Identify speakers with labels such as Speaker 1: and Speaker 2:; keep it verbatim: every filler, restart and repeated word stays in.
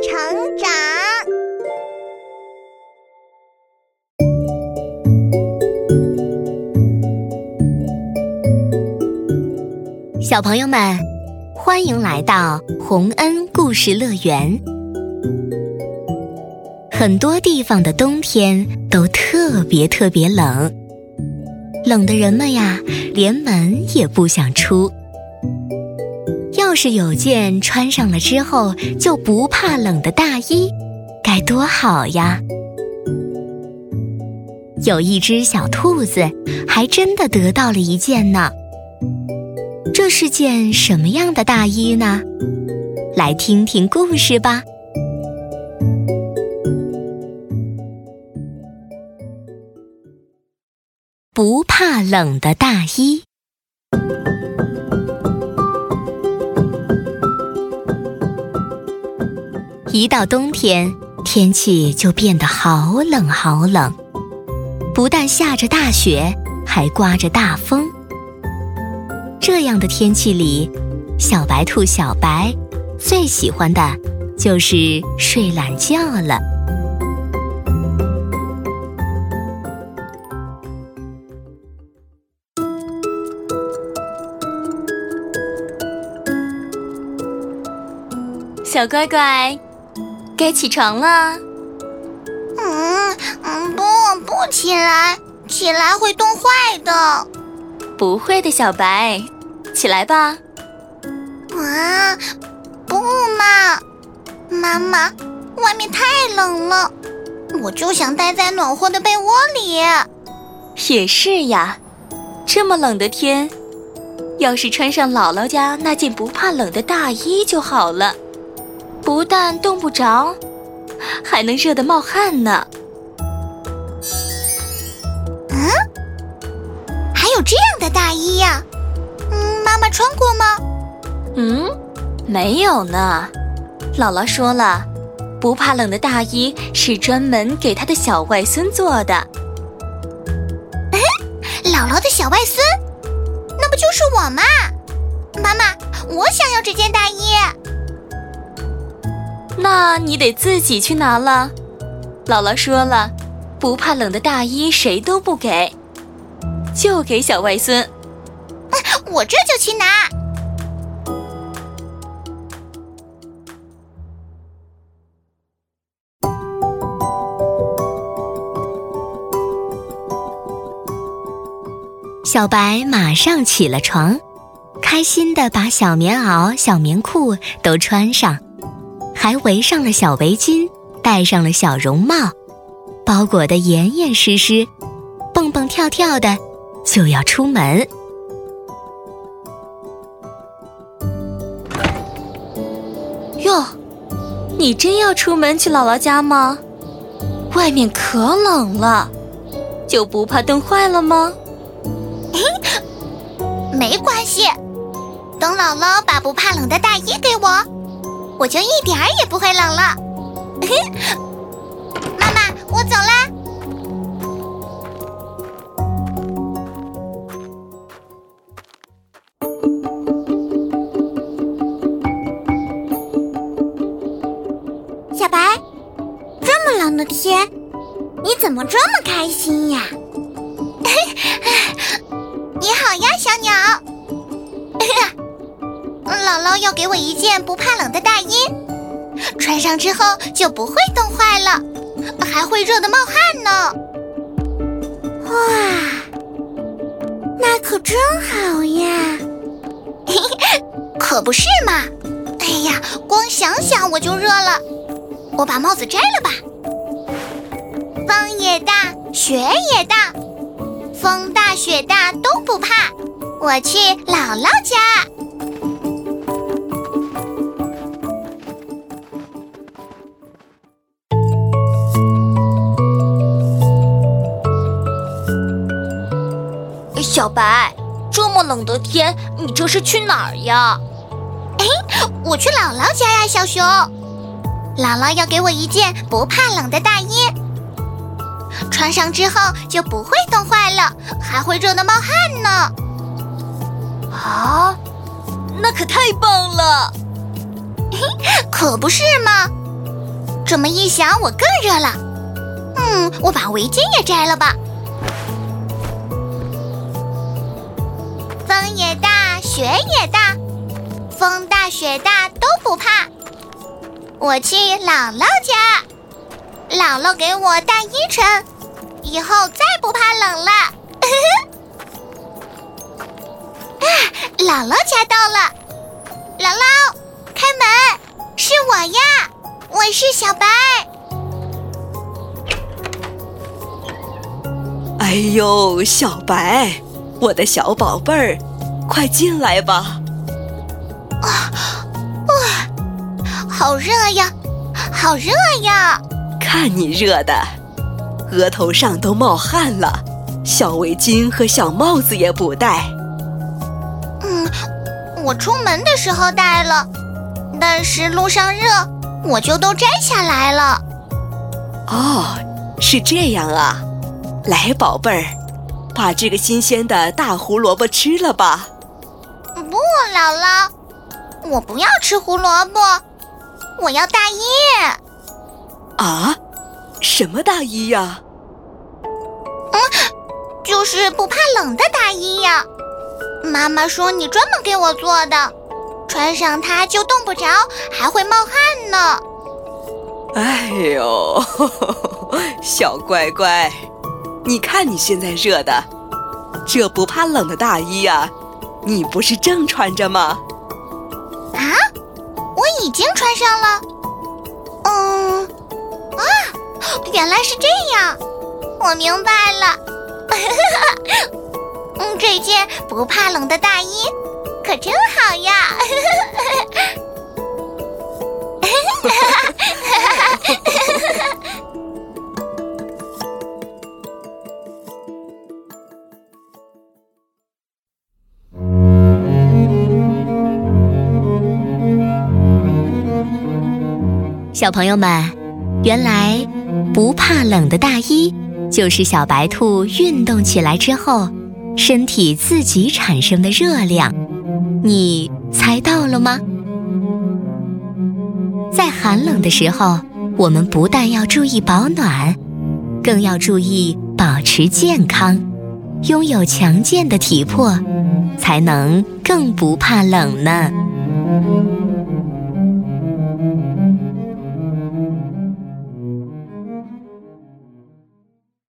Speaker 1: 成长。
Speaker 2: 小朋友们，欢迎来到洪恩故事乐园。很多地方的冬天都特别特别冷，冷的人们呀，连门也不想出。要是有件穿上了之后就不怕冷的大衣，该多好呀！有一只小兔子还真的得到了一件呢。这是件什么样的大衣呢？来听听故事吧。不怕冷的大衣。一到冬天，天气就变得好冷好冷，不但下着大雪，还刮着大风。这样的天气里，小白兔小白最喜欢的就是睡懒觉了。小乖乖，该起床了。
Speaker 1: 嗯嗯，不不起来，起来会冻坏的。
Speaker 2: 不会的，小白，起来吧。
Speaker 1: 啊，不嘛，妈妈，外面太冷了，我就想待在暖和的被窝里。
Speaker 2: 也是呀，这么冷的天，要是穿上姥姥家那件不怕冷的大衣就好了，不但冻不着，还能热得冒汗呢。
Speaker 1: 嗯？还有这样的大衣呀？嗯，妈妈穿过吗？
Speaker 2: 嗯，没有呢。姥姥说了，不怕冷的大衣是专门给她的小外孙做的。
Speaker 1: 哎，姥姥的小外孙？那不就是我吗？妈妈，我想要这件大衣。
Speaker 2: 那你得自己去拿了。姥姥说了，不怕冷的大衣谁都不给，就给小外孙。
Speaker 1: 我这就去拿。
Speaker 2: 小白马上起了床，开心地把小棉袄、小棉裤都穿上，还围上了小围巾，戴上了小绒帽，包裹得严严实实，蹦蹦跳跳的就要出门。哟，你真要出门去姥姥家吗？外面可冷了，就不怕冻坏了吗？
Speaker 1: 没关系，等姥姥把不怕冷的大衣给我，我就一点儿也不会冷了。妈妈，我走啦。小白，这么冷的天，你怎么这么开心呀？你好呀，小鸟。姥姥要给我一件不怕冷的大衣，穿上之后就不会冻坏了，还会热得冒汗呢。哇，那可真好呀。可不是嘛。哎呀，光想想我就热了。我把帽子摘了吧。风也大，雪也大，风大雪大都不怕，我去姥姥家。
Speaker 2: 小白，这么冷的天，你这是去哪儿呀？
Speaker 1: 哎，我去姥姥家呀，小熊。姥姥要给我一件不怕冷的大衣，穿上之后就不会冻坏了，还会热得冒汗呢。
Speaker 2: 啊，那可太棒了！
Speaker 1: 可不是嘛， 这么一想，我更热了。嗯，我把围巾也摘了吧。风也大，雪也大，风大雪大都不怕。我去姥姥家，姥姥给我大衣穿，以后再不怕冷了。啊，姥姥家到了，姥姥，开门，是我呀，我是小白。
Speaker 3: 哎呦，小白，我的小宝贝儿，快进来吧。
Speaker 1: 啊，哇，好热呀，好热呀！
Speaker 3: 看你热的，额头上都冒汗了，小围巾和小帽子也不戴。
Speaker 1: 嗯，我出门的时候戴了，但是路上热，我就都摘下来了。
Speaker 3: 哦，是这样啊。来，宝贝儿，把这个新鲜的大胡萝卜吃了吧。
Speaker 1: 不，姥姥，我不要吃胡萝卜，我要大衣。
Speaker 3: 啊？什么大衣呀？
Speaker 1: 嗯，就是不怕冷的大衣呀。妈妈说你专门给我做的，穿上它就冻不着，还会冒汗呢。
Speaker 3: 哎呦，呵呵，小乖乖，你看你现在热的，这不怕冷的大衣呀，你不是正穿着吗？
Speaker 1: 啊，我已经穿上了。嗯，啊，原来是这样，我明白了。嗯，这件不怕冷的大衣可真好呀。
Speaker 2: 小朋友们，原来不怕冷的大衣就是小白兔运动起来之后身体自己产生的热量，你猜到了吗？在寒冷的时候，我们不但要注意保暖，更要注意保持健康，拥有强健的体魄，才能更不怕冷呢。